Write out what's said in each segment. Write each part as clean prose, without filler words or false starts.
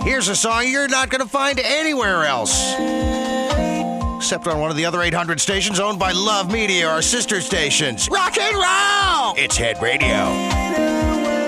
Here's a song you're not going to find anywhere else. Except on one of the other 800 stations owned by Love Media, our sister stations. Rock and roll! It's Head Radio.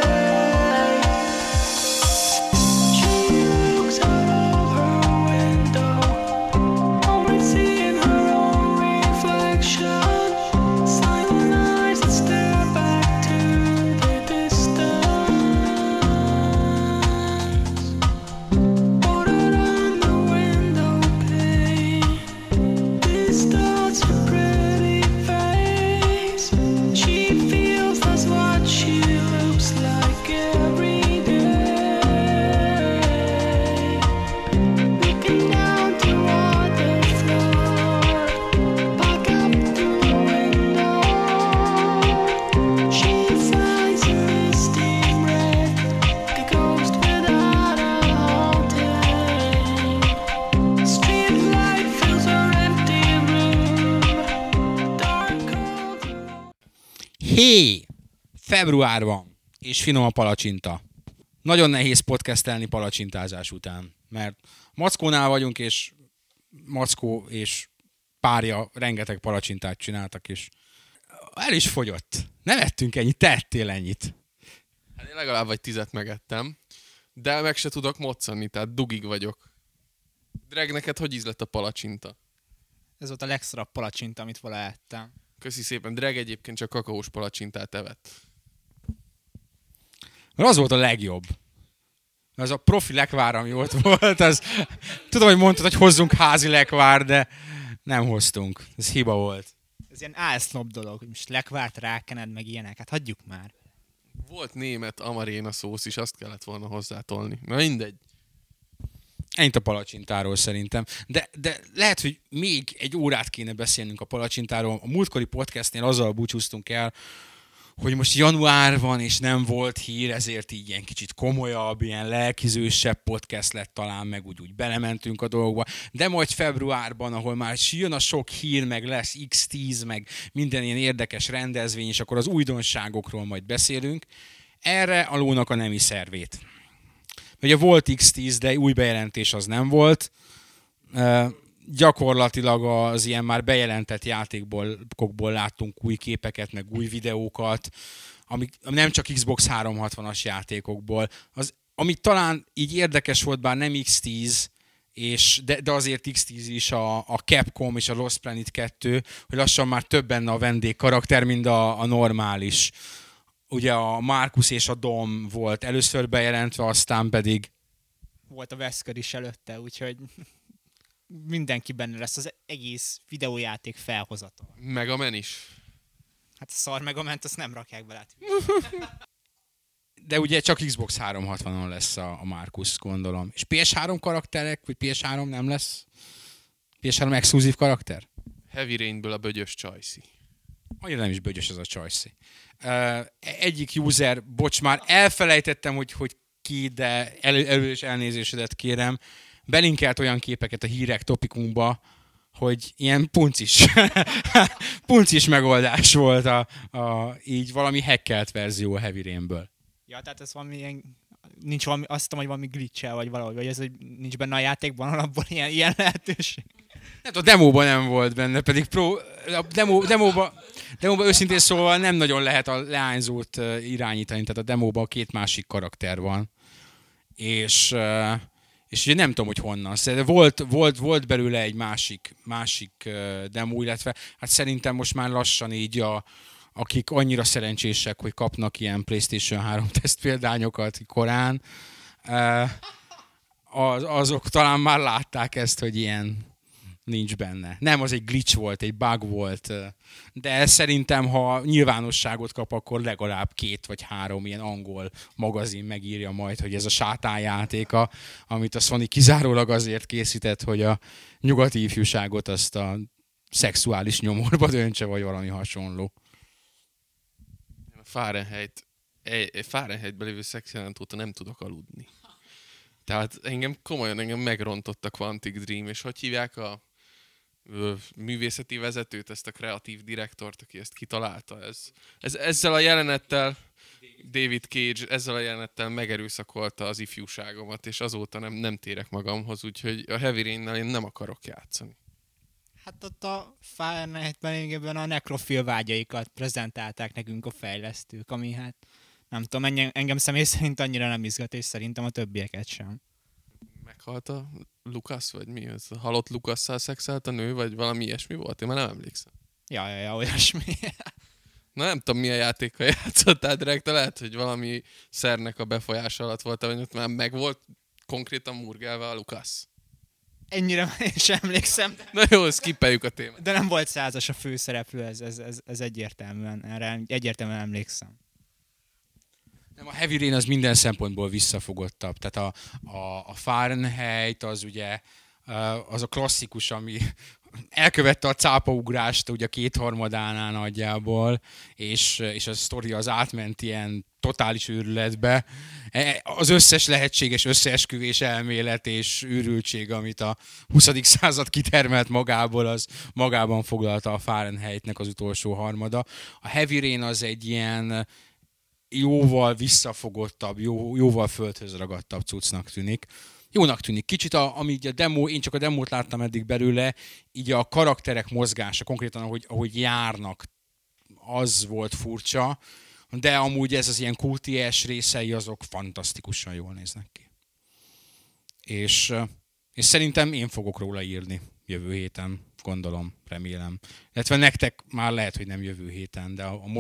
Hé! Február van, és finom a palacsinta. Nagyon nehéz podcastelni palacsintázás után, mert Mackónál vagyunk, és Mackó és párja rengeteg palacsintát csináltak, és el is fogyott. Nem ettünk ennyit, te ettél ennyit. Hát én legalább vagy 10 megettem, de meg se tudok moccani, tehát dugig vagyok. Dreg, neked hogy ízlett a palacsinta? Ez volt a legszorabb palacsinta, amit vala ettem. Köszi szépen. Dreg egyébként csak kakaós palacsintát evett. Mert az volt a legjobb. Az a profi lekvár, ami ott volt, az... Tudom, hogy mondtad, hogy hozzunk házi lekvár, de nem hoztunk. Ez hiba volt. Ez ilyen álsznob dolog, hogy most lekvárt rákened, meg ilyenek. Hát hagyjuk már. Volt német amaréna szósz is, azt kellett volna hozzátolni. Na mindegy. Ennyit a palacsintáról szerintem. De lehet, hogy még egy órát kéne beszélnünk a palacsintáról. A múltkori podcastnél azzal búcsúztunk el, hogy most január van, és nem volt hír, ezért így ilyen kicsit komolyabb, ilyen lelkizősebb podcast lett talán, meg úgy belementünk a dolgokba. De majd februárban, ahol már jön a sok hír, meg lesz X10, meg minden ilyen érdekes rendezvény, és akkor az újdonságokról majd beszélünk. Erre a lónak a nemi szervét. Ugye volt X10, de új bejelentés az nem volt. Gyakorlatilag az ilyen már bejelentett játékokból láttunk új képeket, meg új videókat, ami nem csak Xbox 360-as játékokból. Ami talán így érdekes volt, bár nem X10, de azért X10 is a Capcom és a Lost Planet 2, hogy lassan már több benne a vendégkarakter, mint a normális. Ugye a Marcus és a Dom volt először bejelentve, aztán pedig... Volt a Wesker is előtte, úgyhogy mindenki benne lesz, az egész videójáték felhozata. Mega Man is. Hát a szar Mega Man-t, azt nem rakják bele. De ugye csak Xbox 360-on lesz a Marcus, gondolom. És PS3 karakterek, vagy PS3 nem lesz? PS3 exkluzív karakter? Heavy Rainből a bögyös Csajci. Annyira nem is bögyös ez a Csajci. Egyik user, bocs, már elfelejtettem, hogy ki, de elős elnézésedet kérem, belinkelt olyan képeket a hírek topikunkba, hogy ilyen puncis megoldás volt így valami hackelt verzió a Heavy Rainből. Ja, tehát ez valami ilyen, nincs valami, azt hiszem, hogy valami glitch-el, vagy valahogy, vagy ez, hogy nincs benne a játékban alapból ilyen lehetőség. Hát a demóban nem volt benne, pedig a demóban őszintén szóval nem nagyon lehet a leányzót irányítani, tehát a demóban 2 másik karakter van. És ugye nem tudom, hogy honnan. Volt belőle egy másik demo, illetve hát szerintem most már lassan így akik annyira szerencsések, hogy kapnak ilyen PlayStation 3 tesztpéldányokat korán, azok talán már látták ezt, hogy ilyen nincs benne. Nem, az egy glitch volt, egy bug volt, de szerintem, ha nyilvánosságot kap, akkor legalább 2 vagy 3 ilyen angol magazin megírja majd, hogy ez a sátánjátéka, amit a Sony kizárólag azért készített, hogy a nyugati ifjúságot azt a szexuális nyomorba döntse, vagy valami hasonló. A Fahrenheitben lévő szexjelent óta nem tudok aludni. Tehát engem megrontott a Quantic Dream, és hogy hívják a művészeti vezetőt, ezt a kreatív direktort, aki ezt kitalálta. Ezzel a jelenettel David Cage ezzel a jelenettel megerőszakolta az ifjúságomat, és azóta nem térek magamhoz, úgyhogy a Heavy Rain-nel én nem akarok játszani. Hát ott a Fahrenheit-ben lényegében a nekrofil vágyaikat prezentálták nekünk a fejlesztők, ami hát nem tudom, engem személy szerint annyira nem izgat, és szerintem a többieket sem. Meghalt a Lucas, vagy mi ez? A halott Lucasszal szexelt a nő, vagy valami ilyesmi volt? Én már nem emlékszem. Ja, olyasmi. Na nem tudom, milyen játékkal játszottál direkt, de lehet, hogy valami szernek a befolyása alatt volt, vagy ott már meg volt konkrétan murgálva a Lucas. Ennyire én sem emlékszem. Na jó, skippeljük a témát. De nem volt 100-as a főszereplő, ez egyértelműen, erre egyértelműen emlékszem. Nem, a Heavy Rain az minden szempontból visszafogottabb. Tehát a Fahrenheit az ugye az a klasszikus, ami elkövette a cápaugrást ugye a 2/3 nagyjából, és a sztori az átment ilyen totális őrületbe. Az összes lehetséges összeesküvés elmélet és őrültség, amit a 20. század kitermelt magából, az magában foglalta a Fahrenheitnek az utolsó harmada. A Heavy Rain az egy ilyen jóval visszafogottabb, jóval földhöz ragadtabb cuccnak tűnik. Jónak tűnik. Kicsit, ami a demo, én csak a demót láttam eddig belőle, így a karakterek mozgása, konkrétan ahogy járnak, az volt furcsa, de amúgy ez az ilyen kulties részei, azok fantasztikusan jól néznek ki. És szerintem én fogok róla írni jövő héten, gondolom, remélem. Illetve nektek már lehet, hogy nem jövő héten, de a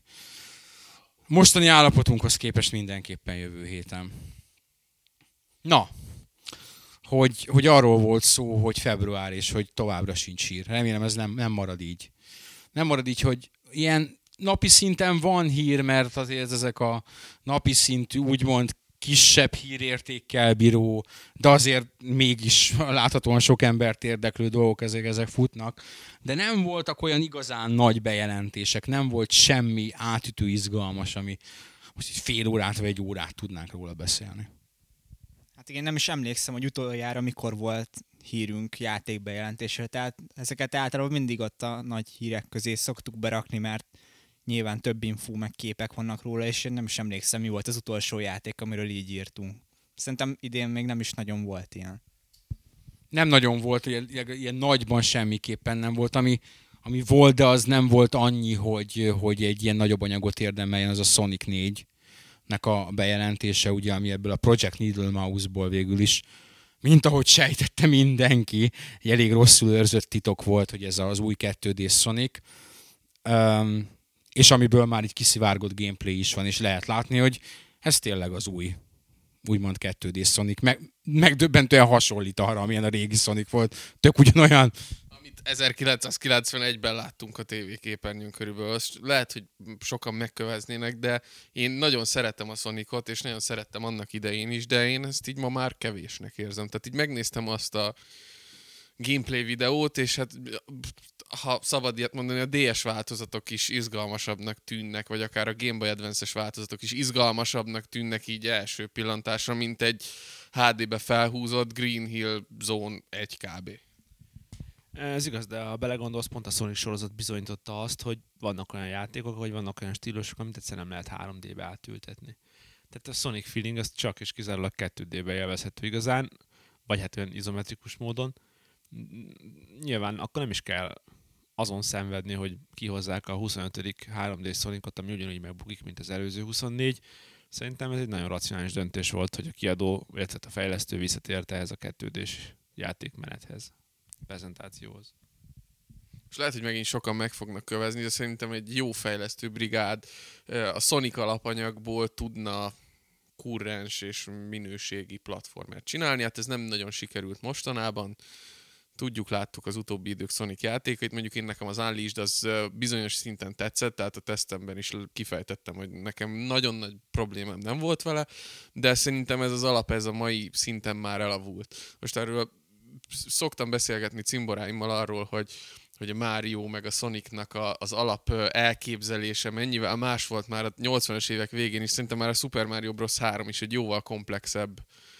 mostani állapotunkhoz képest mindenképpen jövő héten. Na, hogy arról volt szó, hogy február, és hogy továbbra sincs hír. Remélem ez nem marad így. Nem marad így, hogy ilyen napi szinten van hír, mert azért ezek a napi szintű, úgymond kisebb hírértékkel bíró, de azért mégis láthatóan sok embert érdeklő dolgok ezek futnak. De nem voltak olyan igazán nagy bejelentések, nem volt semmi átütő izgalmas, ami most egy fél órát vagy egy órát tudnánk róla beszélni. Hát én nem is emlékszem, hogy utoljára mikor volt hírünk játékbejelentésre, tehát ezeket általában mindig ott a nagy hírek közé szoktuk berakni, mert nyilván több infó meg képek vannak róla, és én nem is emlékszem, mi volt az utolsó játék, amiről így írtunk. Szerintem idén még nem is nagyon volt ilyen. Nem nagyon volt, ilyen nagyban semmiképpen nem volt, ami volt, de az nem volt annyi, hogy egy ilyen nagyobb anyagot érdemeljen, az a Sonic 4-nek a bejelentése, ugye, ami ebből a Project Needle Mouse-ból végül is, mint ahogy sejtette mindenki, egy elég rosszul őrzött titok volt, hogy ez az új 2D Sonic, és amiből már így kiszivárgott gameplay is van, és lehet látni, hogy ez tényleg az új, úgymond 2D Sonic. Megdöbbentően hasonlít arra, amilyen a régi Sonic volt. Tök ugyanolyan. Amit 1991-ben láttunk a tévéképernyőn körülbelül. Azt lehet, hogy sokan megköveznének, de én nagyon szeretem a Sonicot, és nagyon szerettem annak idején is, de én ezt így ma már kevésnek érzem. Tehát így megnéztem azt a gameplay videót, és hát ha szabad ilyet mondani, a DS változatok is izgalmasabbnak tűnnek, vagy akár a Game Boy Advance-es változatok is izgalmasabbnak tűnnek így első pillantásra, mint egy HD-be felhúzott Green Hill Zone 1 kb. Ez igaz, de ha belegondolsz, pont a Sonic sorozat bizonyította azt, hogy vannak olyan játékok, vagy vannak olyan stílusok, amit egyszerűen nem lehet 3D-be átültetni. Tehát a Sonic feeling az csak és kizárólag 2D-be élvezhető igazán, vagy hát olyan izometrikus módon. Nyilván akkor nem is kell azon szenvedni, hogy kihozzák a 25. 3D Sonicot, ami ugyanúgy megbukik, mint az előző 24. Szerintem ez egy nagyon racionális döntés volt, hogy a kiadó, illetve a fejlesztő visszatért ehhez a 2D-s játékmenethez, prezentációhoz. És lehet, hogy megint sokan meg fognak kövezni, de szerintem egy jó fejlesztő brigád a Sonic alapanyagból tudna kurrens és minőségi platformert csinálni. Hát ez nem nagyon sikerült mostanában. Tudjuk, láttuk az utóbbi idők Sonic játékait, mondjuk én nekem az Unleashed az bizonyos szinten tetszett, tehát a tesztemben is kifejtettem, hogy nekem nagyon nagy problémám nem volt vele, de szerintem ez az alap, ez a mai szinten már elavult. Most erről szoktam beszélgetni cimboráimmal arról, hogy a Mario meg a Sonicnak az alap elképzelése mennyivel más volt már a 80-as évek végén is, szerintem már a Super Mario Bros. 3 is egy jóval komplexebb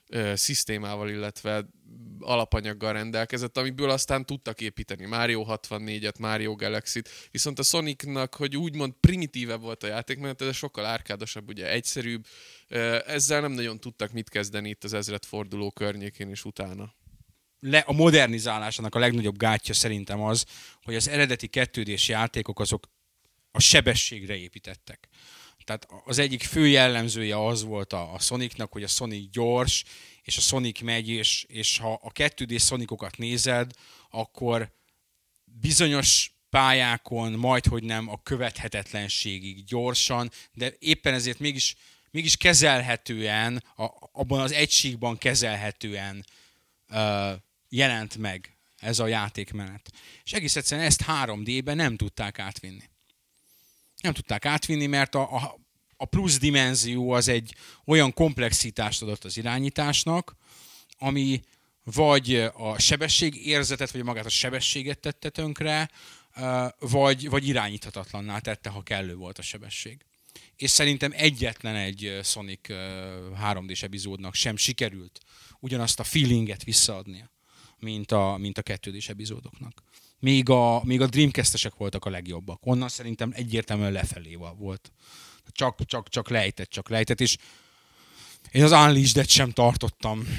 szisztémával, illetve alapanyaggal rendelkezett, amiből aztán tudtak építeni Mario 64-et, Mario Galaxy-t, viszont a Sonicnak, hogy úgymond primitívebb volt a játékmenet, de sokkal árkádosabb, ugye egyszerűbb, ezzel nem nagyon tudtak mit kezdeni itt az ezredforduló környékén és utána. A modernizálásának a legnagyobb gátja szerintem az, hogy az eredeti 2D-s játékok azok a sebességre építettek. Tehát az egyik fő jellemzője az volt a Sonicnak, hogy a Sonic gyors, és a Sonic megy, és ha a 2D Sonicokat nézed, akkor bizonyos pályákon majdhogy nem a követhetetlenségig gyorsan, de éppen ezért mégis kezelhetően, abban az egységban kezelhetően jelent meg ez a játékmenet. És egész egyszerűen ezt 3D-ben nem tudták átvinni. Nem tudták átvinni, mert a plusz dimenzió az egy olyan komplexitást adott az irányításnak, ami vagy a sebességérzetet, vagy magát a sebességet tette tönkre, vagy irányíthatatlanná tette, ha kellő volt a sebesség. És szerintem egyetlen egy Sonic 3D-s epizódnak sem sikerült ugyanazt a feelinget visszaadnia, mint a 2D-s epizódoknak. Még a Dreamcast-esek voltak a legjobbak. Onnan szerintem egyértelműen lefelé volt. Csak lejtett, és én az Unleashed-et sem tartottam.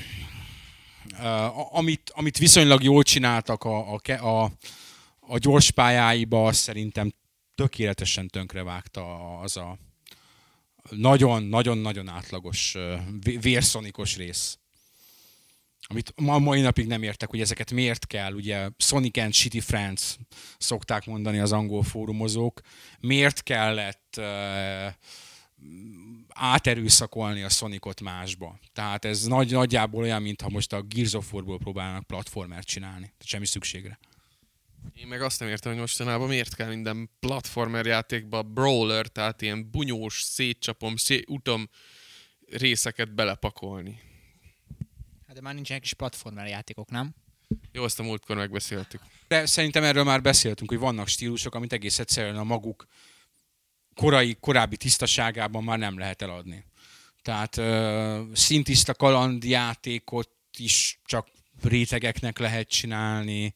Amit viszonylag jól csináltak a gyors pályáiba, azt szerintem tökéletesen tönkrevágta az a nagyon-nagyon átlagos vérszonikos rész. Amit ma mai napig nem értek, hogy ezeket miért kell, ugye Sonic and Shitty Friends szokták mondani az angol fórumozók, miért kellett áterőszakolni a Sonicot másba. Tehát ez nagyjából olyan, mintha most a Gears of War-ból próbálnak platformert csinálni. Tehát semmi szükségre. Én meg azt nem értem, hogy mostanában miért kell minden platformer játékba brawler, tehát ilyen bunyós, szétcsapom, utom részeket belepakolni. Hát de már nincsenek is platformer játékok, nem? Jó, azt a múltkor megbeszéltük. De szerintem erről már beszéltünk, hogy vannak stílusok, amit egész egyszerűen a maguk korábbi tisztaságában már nem lehet eladni. Tehát szintiszta kalandjátékot is csak rétegeknek lehet csinálni,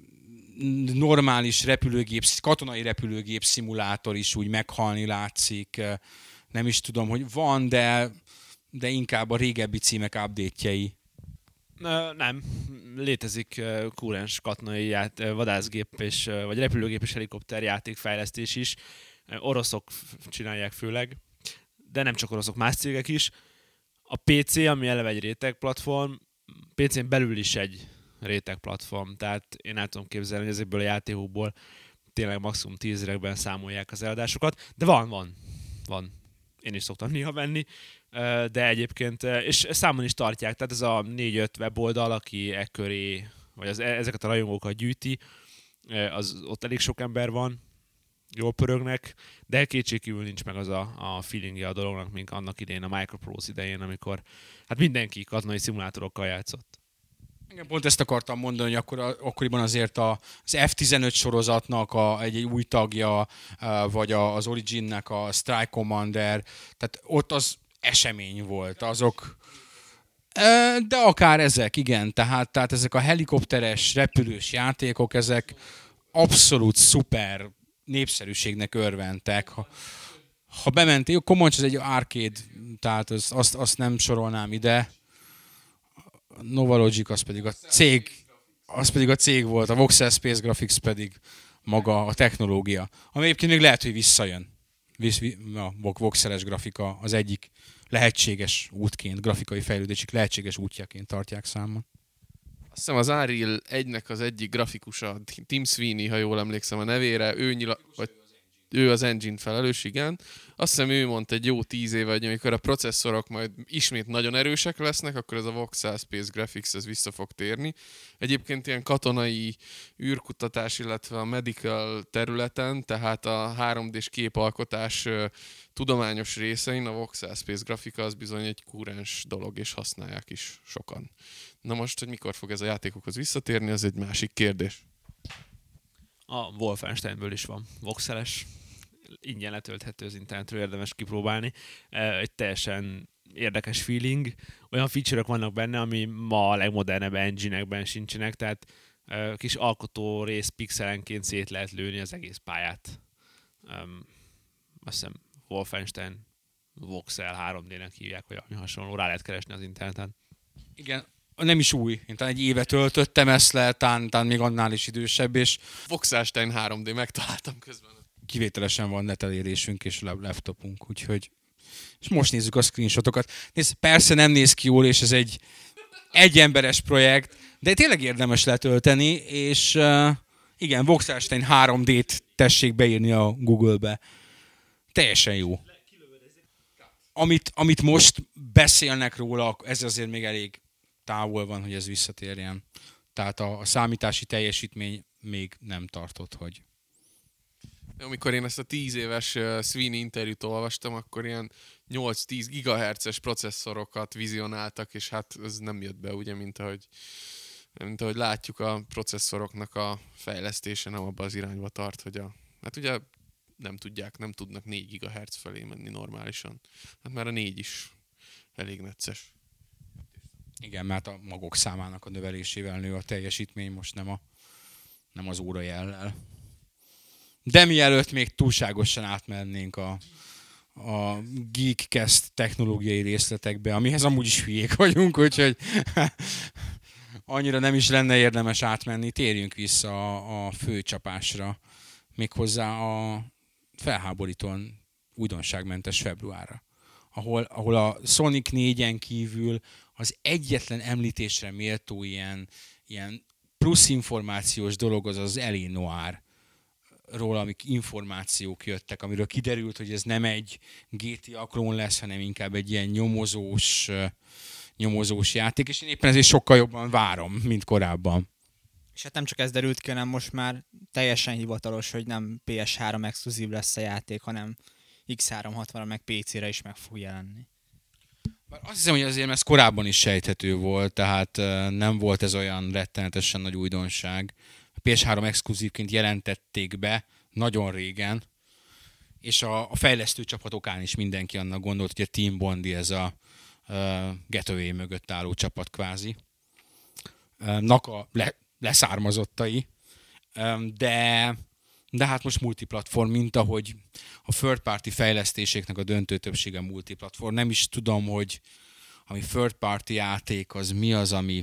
normális katonai repülőgép szimulátor is úgy meghalni látszik. Nem is tudom, hogy van, de inkább a régebbi címek update-jei. Nem. Létezik kúrens katonai vadászgép vagy repülőgép és helikopter játékfejlesztés is. Oroszok csinálják főleg, de nem csak oroszok, más cégek is. A PC, ami eleve egy réteg platform, PC-n belül is egy réteg platform, tehát én el tudom képzelni, hogy ezekből a játékokból tényleg maximum 10 számolják az eladásokat, de van. Én is szoktam néha venni, de egyébként, és számon is tartják, tehát ez a 4-5 weboldal, aki ekköré, vagy ezeket a rajongókat gyűjti, ott elég sok ember van, jól pörögnek, de kétségkívül nincs meg az a feelingje a dolognak, mint annak idején, a Microprose idején, amikor hát mindenki katonai szimulátorokkal játszott. Igen, pont ezt akartam mondani, hogy akkoriban azért az F-15 sorozatnak egy új tagja, vagy az Originnek a Strike Commander, tehát ott az esemény volt, azok, de akár ezek, igen, tehát ezek a helikopteres, repülős játékok, ezek abszolút szuper népszerűségnek örventek. Ha bementél, Comanche az egy arcade, tehát azt nem sorolnám ide. Novalogic az pedig a cég volt, a Voxel Space Graphics pedig maga a technológia. Ami egyébként még lehet, hogy visszajön. A voxeles grafika az egyik lehetséges útként, grafikai fejlődésük lehetséges útjaként tartják számon. Azt hiszem az Unreal 1-nek az egyik grafikusa, Tim Sweeney, ha jól emlékszem a nevére, ő az engine felelős, igen. Azt hiszem ő mondta egy jó 10 éve, hogy amikor a processzorok majd ismét nagyon erősek lesznek, akkor ez a Voxel Space Graphics ez vissza fog térni. Egyébként ilyen katonai űrkutatás, illetve a medical területen, tehát a 3D-s képalkotás tudományos részein a Voxel Space grafika az bizony egy kúrens dolog, és használják is sokan. Na most, hogy mikor fog ez a játékokhoz visszatérni, az egy másik kérdés. A Wolfensteinből is van voxeles, ingyen letölthető az internetről, érdemes kipróbálni. Egy teljesen érdekes feeling. Olyan feature-ök vannak benne, ami ma a legmodernebb engine-ekben sincsenek, tehát kis alkotó rész pixelenként szét lehet lőni az egész pályát. Azt hiszem Wolfenstein Voxel 3D-nek hívják, vagy valami hasonló, rá lehet keresni az interneten. Igen, nem is új. Én talán egy évet töltöttem ezt le, talán még annál is idősebb, és Voxelstein 3D megtaláltam közben. kivételesen van netelérésünk és laptopunk, úgyhogy... És most nézzük a screenshotokat. Nézd, persze nem néz ki jól, és ez egy egyemberes projekt, de tényleg érdemes letölteni, és igen, Voxelstein 3D-t tessék beírni a Google-be. Teljesen jó. Amit most beszélnek róla, ez azért még elég távol van, hogy ez visszatérjen. Tehát a számítási teljesítmény még nem tartott, hogy... Amikor én ezt a 10 éves Sweeney interjút olvastam, akkor ilyen 8-10 GHz-es processzorokat vizionáltak, és hát ez nem jött be, ugye, mint ahogy látjuk, a processzoroknak a fejlesztése nem abba az irányba tart, hogy hát ugye nem tudnak 4 GHz felé menni normálisan. Hát már a 4 is elég necces. Igen, mert a magok számának a növelésével nő a teljesítmény, most nem az órajellel. De mielőtt még túlságosan átmennénk a Geekcast technológiai részletekbe, amihez amúgy is hülyék vagyunk, úgyhogy annyira nem is lenne érdemes átmenni, térjünk vissza a főcsapásra, méghozzá a felháborítóan újdonságmentes februárra, ahol a Sonic 4-en kívül az egyetlen említésre méltó ilyen plusz információs dolog az L.A. Noire, róla, amik információk jöttek, amiről kiderült, hogy ez nem egy GTA klón lesz, hanem inkább egy ilyen nyomozós játék, és én éppen ezért sokkal jobban várom, mint korábban. És hát nem csak ez derült ki, hanem most már teljesen hivatalos, hogy nem PS3 exkluzív lesz a játék, hanem X360-ra meg PC-re is meg fog jelenni. Azt hiszem, hogy azért ez korábban is sejthető volt, tehát nem volt ez olyan rettenetesen nagy újdonság. A PS3 exkluzívként jelentették be nagyon régen, és a fejlesztő csapatokán is mindenki annak gondolt, hogy a Team Bondi ez a Getaway mögött álló csapat kvázi. Nak a leszármazottai. De hát most multiplatform, mint ahogy a third party fejlesztéseknek a döntő többsége multiplatform. Nem is tudom, hogy ami third party játék, az mi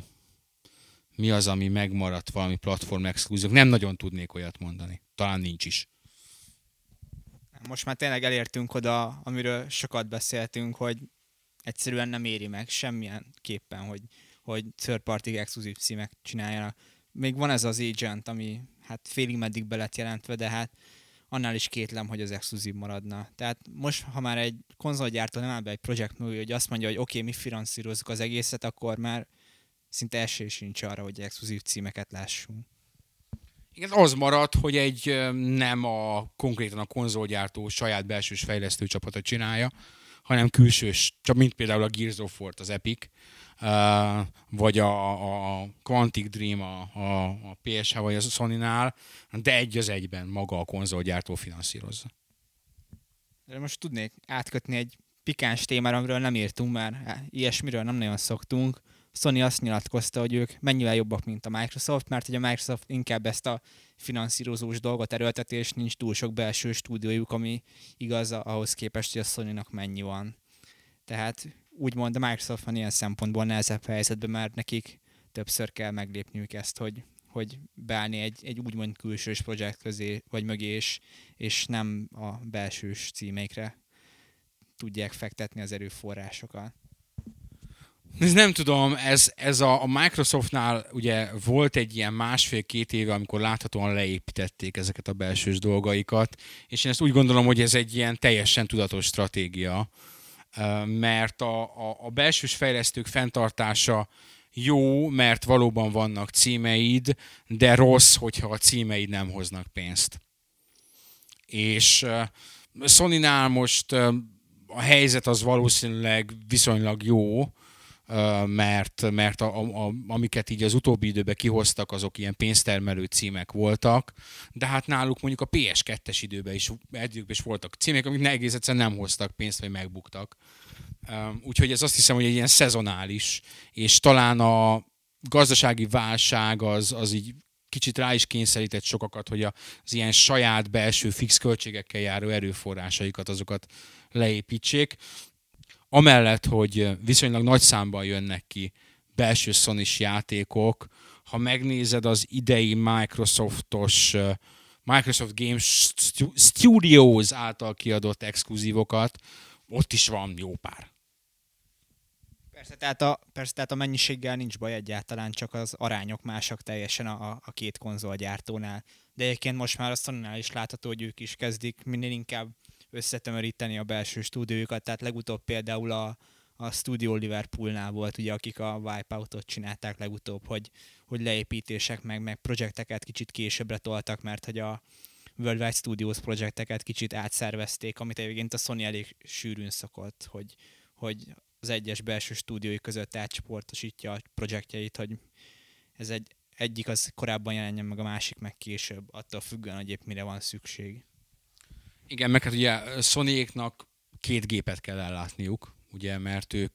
az, ami megmaradt valami platform exkluzív. Nem nagyon tudnék olyat mondani. Talán nincs is. Most már tényleg elértünk oda, amiről sokat beszéltünk, hogy egyszerűen nem éri meg semmilyen képpen, hogy third party exkluzív címek csináljanak. Még van ez az Agent, ami hát félig meddig be lett jelentve, de hát annál is kétlem, hogy az exkluzív maradna. Tehát most, ha már egy konzolgyártó nem áll be egy projekt mögé, hogy azt mondja, hogy oké, mi finanszírozzuk az egészet, akkor már szinte esély sincs arra, hogy exkluzív címeket lássunk. Igen, az maradt, hogy nem konkrétan a konzolgyártó saját belsős fejlesztő csapata csinálja, hanem külsős, csak mint például a Gears of War az Epic, vagy a Quantic Dream a PSH vagy a Sony-nál, de egy az egyben maga a konzolgyártó finanszírozza. De most tudnék átkötni egy pikáns témára, amiről nem írtunk, mert ilyesmiről nem nagyon szoktunk. Sony azt nyilatkozta, hogy ők mennyivel jobbak, mint a Microsoft, mert hogy a Microsoft inkább ezt a finanszírozós dolgot erőlteti, és nincs túl sok belső stúdiójuk, ami igaz ahhoz képest, hogy a Sony-nak mennyi van. Tehát úgymond a Microsoft van ilyen szempontból nehezebb helyzetben, mert nekik többször kell meglépniük ezt, hogy beállni egy úgymond külsős projekt közé, vagy mögé, és nem a belsős címeikre tudják fektetni az erőforrásokat. Nem tudom, ez a Microsoftnál ugye volt egy ilyen 1,5-2 éve, amikor láthatóan leépítették ezeket a belsős dolgaikat, és én ezt úgy gondolom, hogy ez egy ilyen teljesen tudatos stratégia, mert a belsős fejlesztők fenntartása jó, mert valóban vannak címeid, de rossz, hogyha a címeid nem hoznak pénzt. És Sonynál most a helyzet az valószínűleg viszonylag jó, mert amiket így az utóbbi időben kihoztak, azok ilyen pénztermelő címek voltak, de hát náluk mondjuk a PS2-es időben is voltak címek, amik egész egyszerűen nem hoztak pénzt, vagy megbuktak. Úgyhogy ez azt hiszem, hogy egy ilyen szezonális, és talán a gazdasági válság az így kicsit rá is kényszerített sokakat, hogy az ilyen saját belső fix költségekkel járó erőforrásaikat, azokat leépítsék. Amellett, hogy viszonylag nagy számban jönnek ki belső Sony-s játékok, ha megnézed az idei Microsoft Game Studios által kiadott exkluzívokat, ott is van jó pár. Persze, tehát a mennyiséggel nincs baj egyáltalán, csak az arányok másak teljesen a két konzolgyártónál. De egyébként most már a Sony-nál is látható, hogy ők is kezdik minél inkább összetömöríteni a belső stúdiójukat, tehát legutóbb például a Studio Liverpoolnál volt, ugye, akik a Wipeoutot csinálták legutóbb, hogy leépítések meg projekteket kicsit későbbre toltak, mert hogy a Worldwide Studios projekteket kicsit átszervezték, amit egyébként a Sony elég sűrűn szokott, hogy az egyes belső stúdiói között átcsoportosítja a projektjeit, hogy ez egyik az korábban jelenjen meg, a másik meg később, attól függően, hogy épp mire van szükség. Igen, meg hát ugye Sony-éknak 2 gépet kell ellátniuk, ugye, mert ők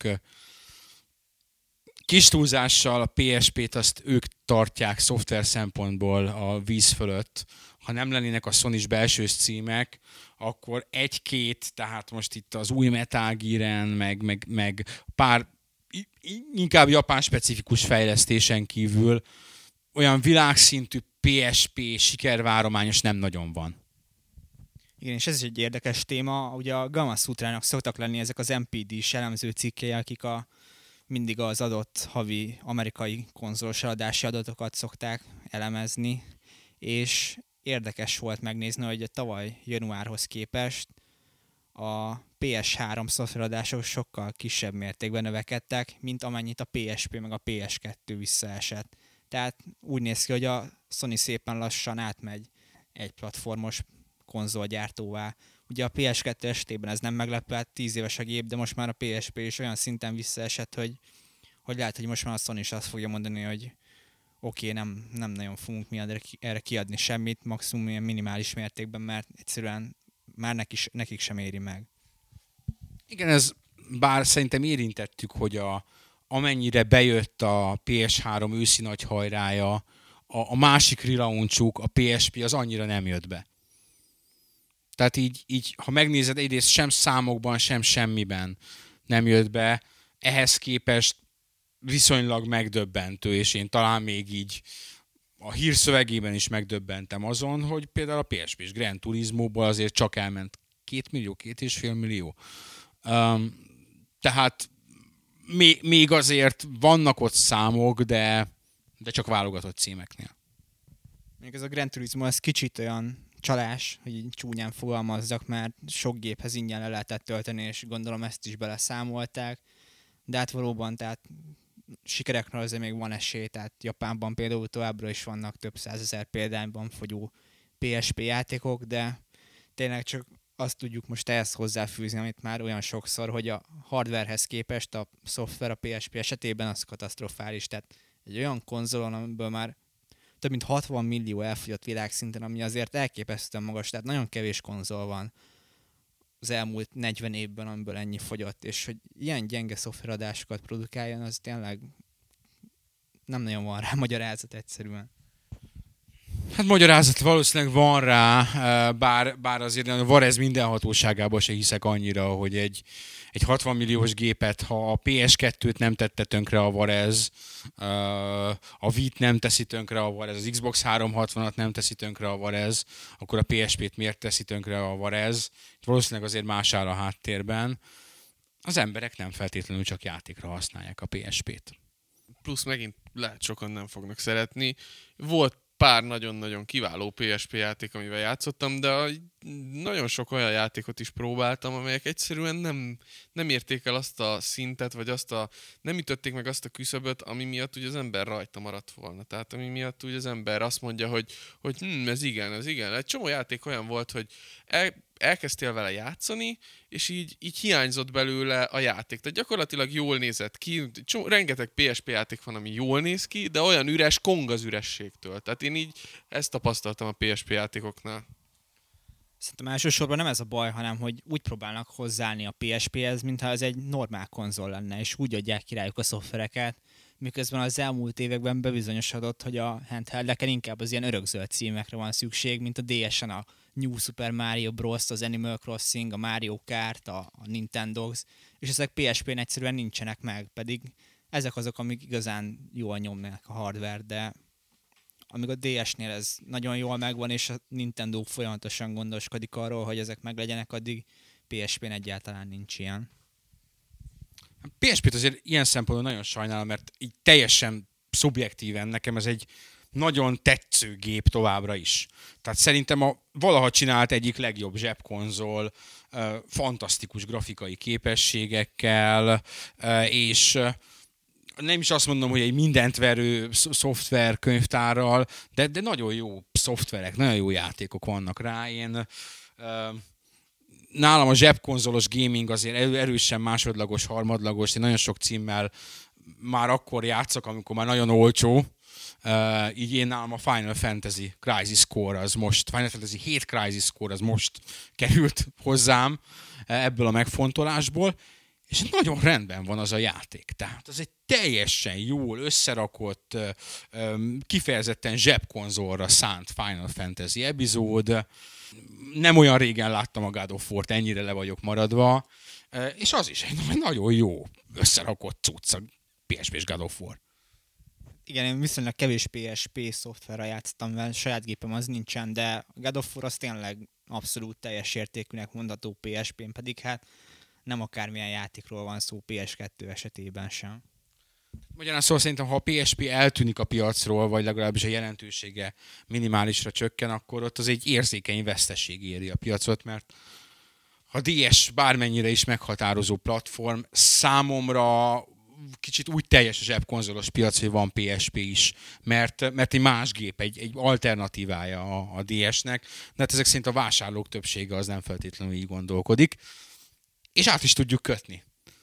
kis túlzással a PSP-t azt ők tartják szoftver szempontból a víz fölött. Ha nem lennének a Sony-s belsős címek, akkor 1-2, tehát most itt az új Metal Gear-en, meg pár inkább japán-specifikus fejlesztésen kívül olyan világszintű PSP sikervárományos nem nagyon van. Igen, és ez is egy érdekes téma. Ugye a Gamma Sutrának szoktak lenni ezek az NPD-s elemző cikkei, akik mindig az adott havi amerikai konzolos eladási adatokat szokták elemezni, és érdekes volt megnézni, hogy tavaly januárhoz képest a PS3 szoftveradások sokkal kisebb mértékben növekedtek, mint amennyit a PSP meg a PS2 visszaesett. Tehát úgy néz ki, hogy a Sony szépen lassan átmegy egy platformos konzolgyártóvá. Ugye a PS2 esetében ez nem meglepő, hát 10 éves a gép, de most már a PSP is olyan szinten visszaesett, hogy lehet, hogy most már a Sony is azt fogja mondani, hogy oké, nem nagyon fogunk mi erre kiadni semmit, maximum ilyen minimális mértékben, mert egyszerűen már nekik sem éri meg. Igen, ez bár szerintem érintettük, hogy amennyire bejött a PS3 őszi nagy hajrája, a másik relaunchuk, a PSP az annyira nem jött be. Tehát így, ha megnézed, egyrészt sem számokban, sem semmiben nem jött be, ehhez képest viszonylag megdöbbentő, és én talán még így a hírszövegében is megdöbbentem azon, hogy például a PSP-s Gran Turismo-ból azért csak elment 2 millió, 2,5 millió. Tehát még azért vannak ott számok, de csak válogatott címeknél. Még ez a Gran Turismo, ez kicsit olyan csalás, hogy így csúnyán fogalmazzak, mert sok géphez ingyen le lehetett tölteni, és gondolom ezt is beleszámolták, de hát valóban, tehát sikerekről azért még van esély, tehát Japánban például továbbra is vannak több 100 000 példányban fogyó PSP játékok, de tényleg csak azt tudjuk most ehhez hozzáfűzni, amit már olyan sokszor, hogy a hardwarehez képest a szoftver a PSP esetében az katasztrofális, tehát egy olyan konzolon, amiből már több mint 60 millió elfogyott világszinten, ami azért elképesztően magas, tehát nagyon kevés konzol van az elmúlt 40 évben, amiből ennyi fogyott, és hogy ilyen gyenge szoftveradásokat produkáljon, az tényleg nem nagyon van rá magyarázat egyszerűen. Hát magyarázat valószínűleg van rá, bár azért a Varez mindenhatóságában se hiszek annyira, hogy egy 60 milliós gépet, ha a PS2-t nem tette tönkre a Varez, a Vita nem teszi tönkre a Varez, az Xbox 360-at nem teszi tönkre a Varez, akkor a PSP-t miért teszi tönkre a Varez? Valószínűleg azért más áll a háttérben. Az emberek nem feltétlenül csak játékra használják a PSP-t. Plusz megint lehet sokan nem fognak szeretni. Volt pár nagyon-nagyon kiváló PSP játék, amivel játszottam, de nagyon sok olyan játékot is próbáltam, amelyek egyszerűen nem érték el azt a szintet, vagy nem ütötték meg azt a küszöböt, ami miatt ugye az ember rajta maradt volna. Tehát ami miatt ugye az ember azt mondja, hogy ez igen. Egy csomó játék olyan volt, hogy elkezdtél vele játszani, és így hiányzott belőle a játék. Tehát gyakorlatilag jól nézett ki, rengeteg PSP játék van, ami jól néz ki, de olyan üres, kong az ürességtől. Tehát én így ezt tapasztaltam a PSP játékoknál. Szerintem elsősorban nem ez a baj, hanem hogy úgy próbálnak hozzáállni a PSP-hez, mintha ez egy normál konzol lenne, és úgy adják ki rájuk a szoftvereket, miközben az elmúlt években bebizonyosodott, hogy a handheldeken inkább az ilyen örökzöld címekre van szükség, mint a DS-en a New Super Mario Bros., az Animal Crossing, a Mario Kart, a Nintendogs, és ezek PSP-n egyszerűen nincsenek meg, pedig ezek azok, amik igazán jól nyomnak a hardware, de amíg a DS-nél ez nagyon jól megvan, és a Nintendo folyamatosan gondoskodik arról, hogy ezek meglegyenek, addig PSP-n egyáltalán nincs ilyen. PSP-t azért ilyen szempontból nagyon sajnálom, mert így teljesen szubjektíven nekem ez egy nagyon tetsző gép továbbra is. Tehát szerintem a valaha csinált egyik legjobb zsebkonzol, fantasztikus grafikai képességekkel, és nem is azt mondom, hogy egy mindent verő szoftver könyvtárral, de nagyon jó szoftverek, nagyon jó játékok vannak rá. Nálam a zsebkonzolos gaming azért erősen másodlagos, harmadlagos, én nagyon sok címmel már akkor játszok, amikor már nagyon olcsó. Így én nálam a Final Fantasy Crisis Core az most, Final Fantasy 7 Crisis Core az most került hozzám ebből a megfontolásból, és nagyon rendben van az a játék. Tehát az egy teljesen jól összerakott, kifejezetten zsebkonzolra szánt Final Fantasy epizód. Nem olyan régen láttam a God of War-t, ennyire le vagyok maradva, és az is egy nagyon jó összerakott cucc a PSP-s God of War. Igen, én viszonylag kevés PSP szoftverrel játszottam vele, saját gépem az nincsen, de a God of War az tényleg abszolút teljes értékűnek mondható PSP-n, pedig hát nem akármilyen játékról van szó PS2 esetében sem. Magyarán szóval szerintem, ha a PSP eltűnik a piacról, vagy legalábbis a jelentősége minimálisra csökken, akkor ott az egy érzékeny veszteség éri a piacot, mert a DS bármennyire is meghatározó platform, számomra kicsit úgy teljes a zsebkonzolos piac, hogy van PSP is, mert egy más gép, egy alternatívája a DS-nek, de hát ezek szerint a vásárlók többsége az nem feltétlenül így gondolkodik. És át is tudjuk kötni.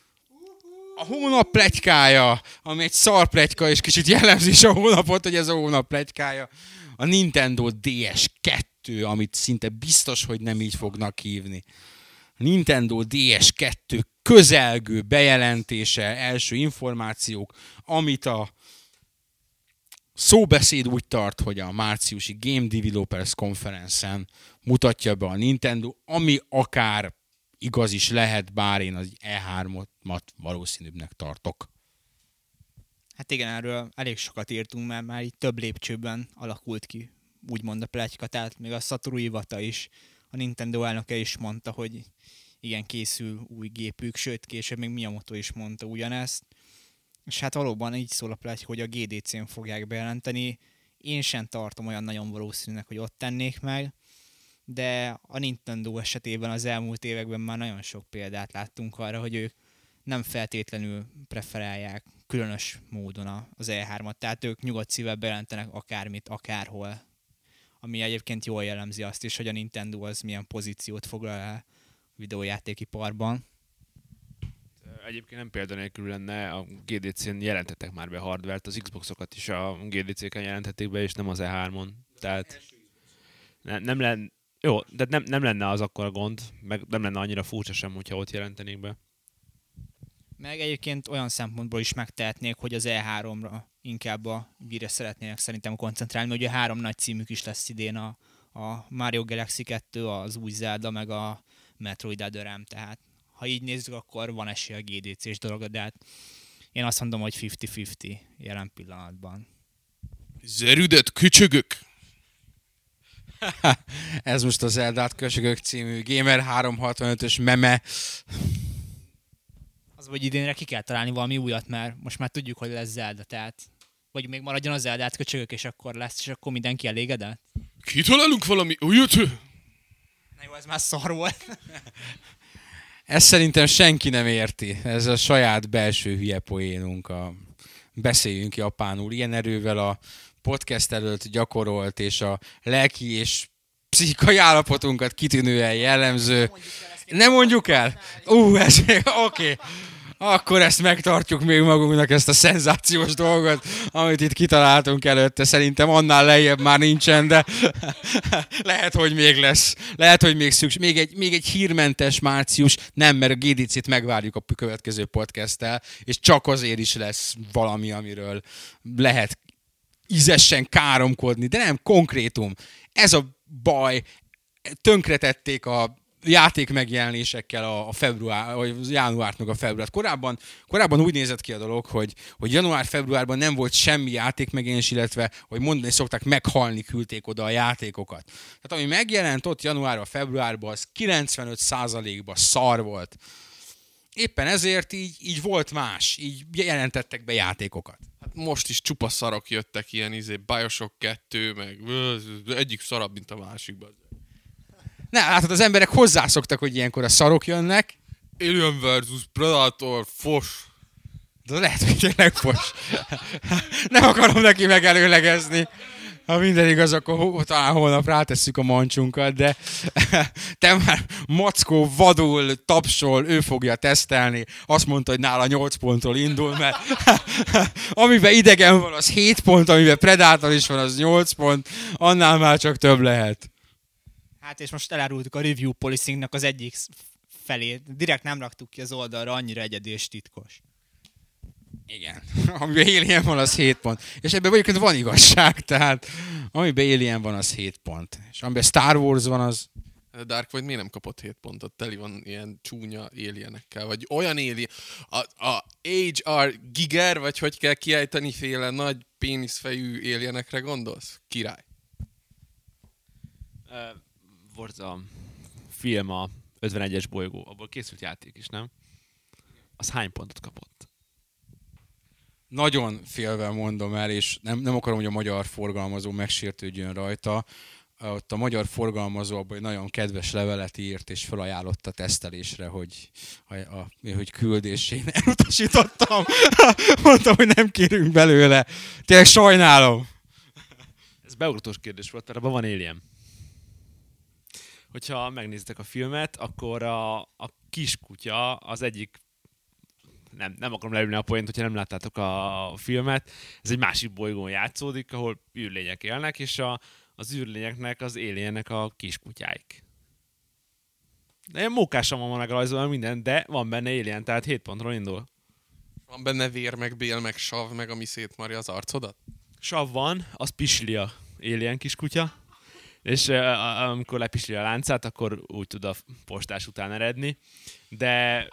A hónap pletykája, ami egy szar pletyka, és kicsit jellemzi is a hónapot, hogy ez a hónap pletykája, a Nintendo DS2, amit szinte biztos, hogy nem így fognak hívni. A Nintendo DS2 közelgő bejelentése, első információk, amit a szóbeszéd úgy tart, hogy a márciusi Game Developers Conference-en mutatja be a Nintendo, ami akár igaz is lehet, bár én az E3-ot valószínűbbnek tartok. Hát igen, erről elég sokat írtunk, mert már így több lépcsőben alakult ki, úgymond a pletyka, tehát még a Satoru Iwata is, a Nintendo elnöke is mondta, hogy igen, készül új gépük, sőt később még Miyamoto is mondta ugyanezt. És hát valóban így szól a pletyka, hogy a GDC-n fogják bejelenteni. Én sem tartom olyan nagyon valószínűnek, hogy ott tennék meg, de a Nintendo esetében az elmúlt években már nagyon sok példát láttunk arra, hogy ők nem feltétlenül preferálják különös módon az E3-at, tehát ők nyugodt szívvel bejelentenek akármit, akárhol, ami egyébként jól jellemzi azt is, hogy a Nintendo az milyen pozíciót foglal el a videójátékiparban. Egyébként nem példanélkül lenne, a GDC-n jelentettek már be hardware-t, az Xboxokat is a GDC-ken jelentették be, és nem az E3-on. Tehát nem lenne, jó, de nem lenne az akkor a gond, meg nem lenne annyira furcsa sem, hogyha ott jelentenék be. Meg egyébként olyan szempontból is megtehetnék, hogy az E3-ra inkább a Wii-re szeretnének szerintem koncentrálni, mert ugye 3 nagy címük is lesz idén, a Mario Galaxy 2, az új Zelda, meg a Metroid Other M, tehát ha így nézzük, akkor van esély a GDC-s dolog, de hát én azt mondom, hogy 50-50 jelen pillanatban. Zerüdet köcsögök! Ez most a Zeldát köcsögök című Gamer 365-ös meme. Az, hogy idénre ki kell találni valami újat, mert most már tudjuk, hogy lesz Zelda, tehát vagy még maradjon a Zeldát köcsögök, és akkor lesz, és akkor mindenki elégedett? Kitalálunk valami újat? Na jó, ez már szar volt. Ezt szerintem senki nem érti. Ez a saját belső hülye poénunk. Beszéljünk japánul. Ilyen erővel a podcast előtt gyakorolt, és a lelki és pszichikai állapotunkat kitűnően jellemző. Nem mondjuk el? Oké. Akkor ezt megtartjuk még magunknak, ezt a szenzációs dolgot, amit itt kitaláltunk előtte. Szerintem annál lejjebb már nincsen, de lehet, hogy még lesz. Lehet, hogy még szükség. Még egy hírmentes március, nem, mert a GDC-t megvárjuk a következő podcasttel, és csak azért is lesz valami, amiről lehet ízesen káromkodni, de nem konkrétum. Ez a baj, tönkretették a játék megjelenésekkel a február, vagy januárt meg a februárt. Korábban úgy nézett ki a dolog, hogy január-februárban nem volt semmi játék megjelenés, illetve, hogy mondani szokták, meghalni küldték oda a játékokat. Tehát ami megjelent ott januárban, februárban, az 95%-ban szar volt. Éppen ezért így volt más, így jelentettek be játékokat. Hát most is csupa szarok jöttek, ilyen Bioshock 2, meg egyik szarabb, mint a másikban. Ne, látod, az emberek hozzászoktak, hogy ilyenkor a szarok jönnek. Alien vs. Predator, fos. De lehet, hogy tényleg fos. Nem akarom neki megelőlegezni. Ha minden igaz, akkor talán holnap rátesszük a mancsunkat, de te már Mackó vadul tapsol, ő fogja tesztelni. Azt mondta, hogy nála 8 pontról indul, mert amiben idegen van, az 7 pont, amiben Predator is van, az 8 pont, annál már csak több lehet. Hát és most elárultuk a review policingnak az egyik felét. Direkt nem raktuk ki az oldalra, annyira egyedi és titkos. Igen. Amiben Alien van, az 7 pont. És ebben egyébként van igazság, tehát amiben Alien van, az 7 pont. És amiben Star Wars van, az... A Dark Void miért nem kapott 7 pontot? Teli van ilyen csúnya alienekkel, vagy olyan alien... A H.R. Giger, vagy hogy kell kiejteni, féle nagy péniszfejű alienekre gondolsz? Király. Volt a film a 51-es bolygó, abból készült játék is, nem? Az hány pontot kapott? Nagyon félve mondom el, és nem akarom, hogy a magyar forgalmazó megsértődjön rajta. Ott a magyar forgalmazó abban egy nagyon kedves levelet írt, és felajánlott a tesztelésre, hogy küldésén elutasítottam. Mondtam, hogy nem kérünk belőle. Tényleg sajnálom. Ez beugrotós kérdés volt, mert abban van Alien. Hogyha megnézitek a filmet, akkor a kiskutya az egyik, nem akarom leülni a poént, hogyha nem láttátok a filmet, ez egy másik bolygón játszódik, ahol űrlények élnek, és az űrlényeknek, az aliennek a kiskutyáik. De ilyen mókásan van megrajzolva minden, de van benne alien, tehát 7 pontról indul. Van benne vér, meg bél, meg sav, meg ami szétmarja az arcodat? Sav van, az pisli a alien kiskutya, és amikor lepisli a láncát, akkor úgy tud a postás után eredni, de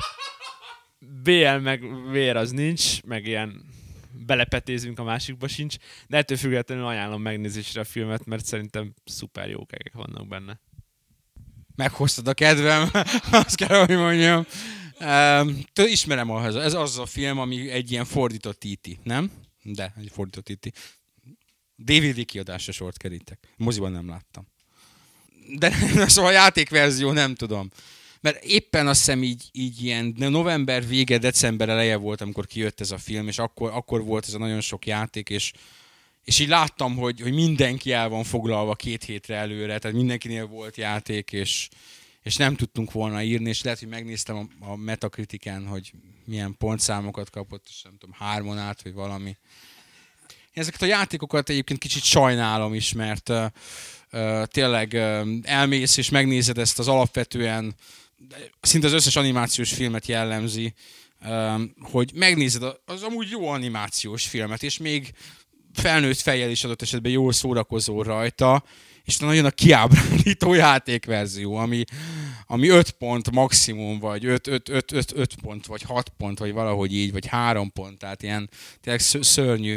BL meg vér az nincs, meg ilyen belepetézünk a másikba sincs, de ettől függetlenül ajánlom megnézésre a filmet, mert szerintem szuper jó kegek vannak benne. Meghoztad a kedvem, azt kell, hogy mondjam. Ismerem ez az a film, ami egy ilyen fordított E.T., nem? De, egy fordított E.T. DVD kiadásra sort kerítek. Moziban nem láttam. De szóval a játékverzió nem tudom. Mert éppen azt hiszem így ilyen november vége, december eleje volt, amikor kijött ez a film, és akkor volt ez a nagyon sok játék, és így láttam, hogy mindenki el van foglalva 2 hétre előre, tehát mindenkinél volt játék, és nem tudtunk volna írni, és lehet, hogy megnéztem a Metacritiken, hogy milyen pontszámokat kapott, és nem tudom, 3-on át, vagy valami. Ezeket a játékokat egyébként kicsit sajnálom is, mert tényleg elmész és megnézed ezt az alapvetően, szinte az összes animációs filmet jellemzi, hogy megnézed az amúgy jó animációs filmet, és még felnőtt fejjel is adott esetben jól szórakozó rajta, és nagyon a kiábrándító játékverzió, ami 5 pont maximum, vagy 5 pont, vagy 6 pont, vagy valahogy így, vagy 3 pont, tehát ilyen tényleg szörnyű.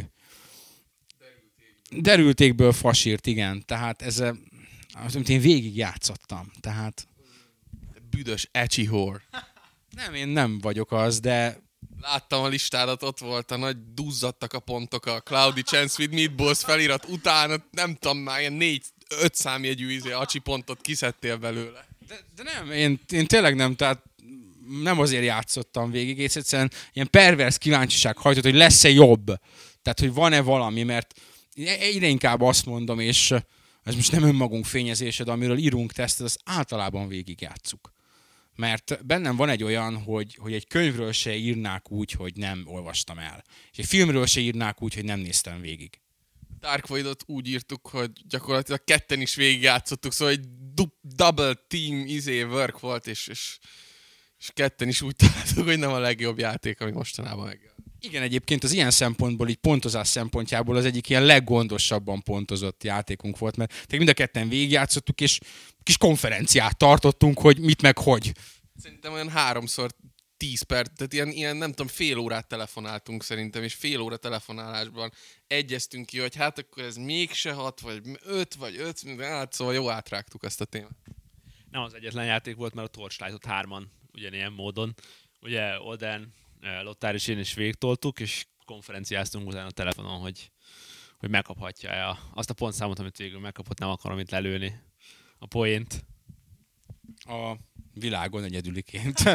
Derültékből fasírt, igen. Tehát ez, amit én végig játszottam. Tehát... Büdös ecsi-hor. Nem, én nem vagyok az, de... Láttam a listádat, ott volt a nagy duzzadtak a pontok a Cloudy Chance with Meatballs felirat után, nem tudom, már ilyen 4-5 számjegyű acsi pontot kiszedtél belőle. De nem, én tényleg nem, tehát nem azért játszottam végig, és egyszerűen ilyen pervers kíváncsiság hajtott, hogy lesz-e jobb. Tehát, hogy van-e valami, mert egyre inkább azt mondom, és ez most nem önmagunk fényezése, de amiről írunk tesztet, az általában végigjátszuk. Mert bennem van egy olyan, hogy egy könyvről se írnák úgy, hogy nem olvastam el. És egy filmről se írnák úgy, hogy nem néztem végig. Dark Void-ot úgy írtuk, hogy gyakorlatilag ketten is végigjátszottuk, szóval egy double team work volt, és ketten is úgy találtuk, hogy nem a legjobb játék, ami mostanában meg. Igen, egyébként az ilyen szempontból, így pontozás szempontjából az egyik ilyen leggondosabban pontozott játékunk volt, mert mind a ketten végigjátszottuk, és kis konferenciát tartottunk, hogy mit meg hogy. Szerintem olyan 3x10 perc, tehát ilyen nem tudom, fél órát telefonáltunk szerintem, és fél óra telefonálásban egyeztünk ki, hogy hát akkor ez mégse 6, vagy 5, hát szóval jó átrágtuk ezt a témát. Nem az egyetlen játék volt, mert a Torchlight-ot 3-an ugyanilyen módon. Ugye Oden, Lottár és én is végtoltuk, és konferenciáztunk utána a telefonon, hogy megkaphatja azt a pontszámot, amit végül megkapott, nem akarom itt lelőni a poént. A világon egyedüliként.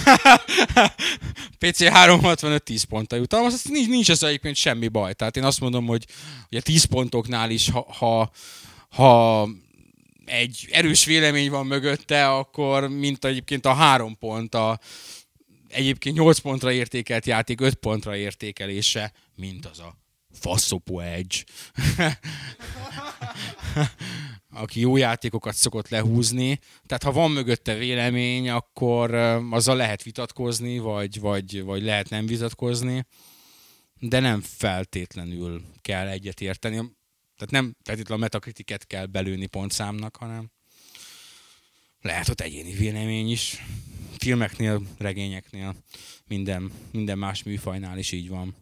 PC 365 10 ponttal jutalmaz, az nincs ez egyébként semmi baj. Tehát én azt mondom, hogy a 10 pontoknál is, ha egy erős vélemény van mögötte, akkor mint egyébként a 3 pont, egyébként 8 pontra értékelt játék 5 pontra értékelése, mint az a faszopó Edge. Aki jó játékokat szokott lehúzni. Tehát ha van mögötte vélemény, akkor azzal lehet vitatkozni, vagy lehet nem vitatkozni, de nem feltétlenül kell egyetérteni. Tehát nem feltétlenül a Metacriticet kell belőni pontszámnak, hanem lehet ott egyéni vélemény is. Filmeknél, regényeknél, minden más műfajnál is így van.